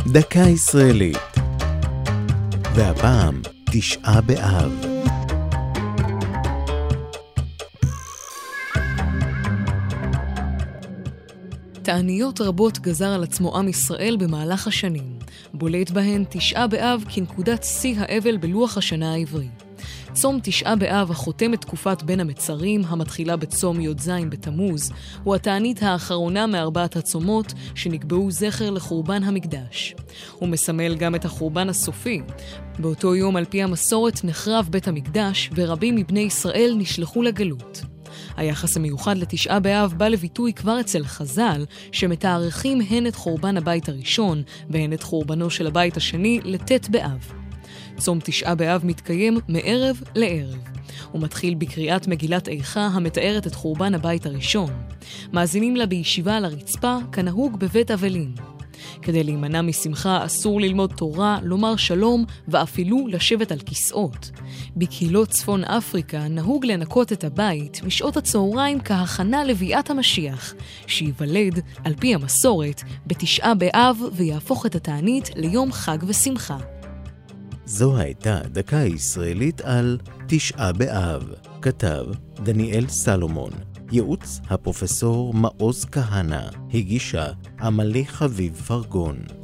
דקה ישראלית. והפעם 9 באב. תעניות רבות גזר על עצמו עם ישראל במהלך השנים. בולט בהן 9 באב כנקודת שיא האבל בלוח השנה העברי. צום 9 באב החותם את תקופת בין המצרים, המתחילה בצום י"ז בתמוז, הוא התענית האחרונה מארבעת הצומות שנקבעו זכר לחורבן המקדש. הוא מסמל גם את החורבן הסופי. באותו יום על פי המסורת נחרב בית המקדש ורבים מבני ישראל נשלחו לגלות. היחס המיוחד ל9 באב בא לביטוי כבר אצל חז"ל, שמתארכים הן את חורבן הבית הראשון והן את חורבנו של הבית השני לט' באב. צום 9 באב מתקיים מערב לערב. הוא מתחיל בקריאת מגילת איכה המתארת את חורבן הבית הראשון. מאזינים לה בישיבה על הרצפה כנהוג בבית אבלים. כדי להימנע משמחה אסור ללמוד תורה, לומר שלום ואפילו לשבת על כיסאות. בקהילות צפון אפריקה נהוג לנקות את הבית משעות הצהריים כהכנה לביאת המשיח, שיוולד על פי המסורת ב9 באב ויהפוך את התענית ליום חג ושמחה. זו הייתה דקה ישראלית על 9 באב. כתב דניאל סלומון. ייעוץ הפרופסור מעוז כהנא. הגישה עמלי חביב פרגון.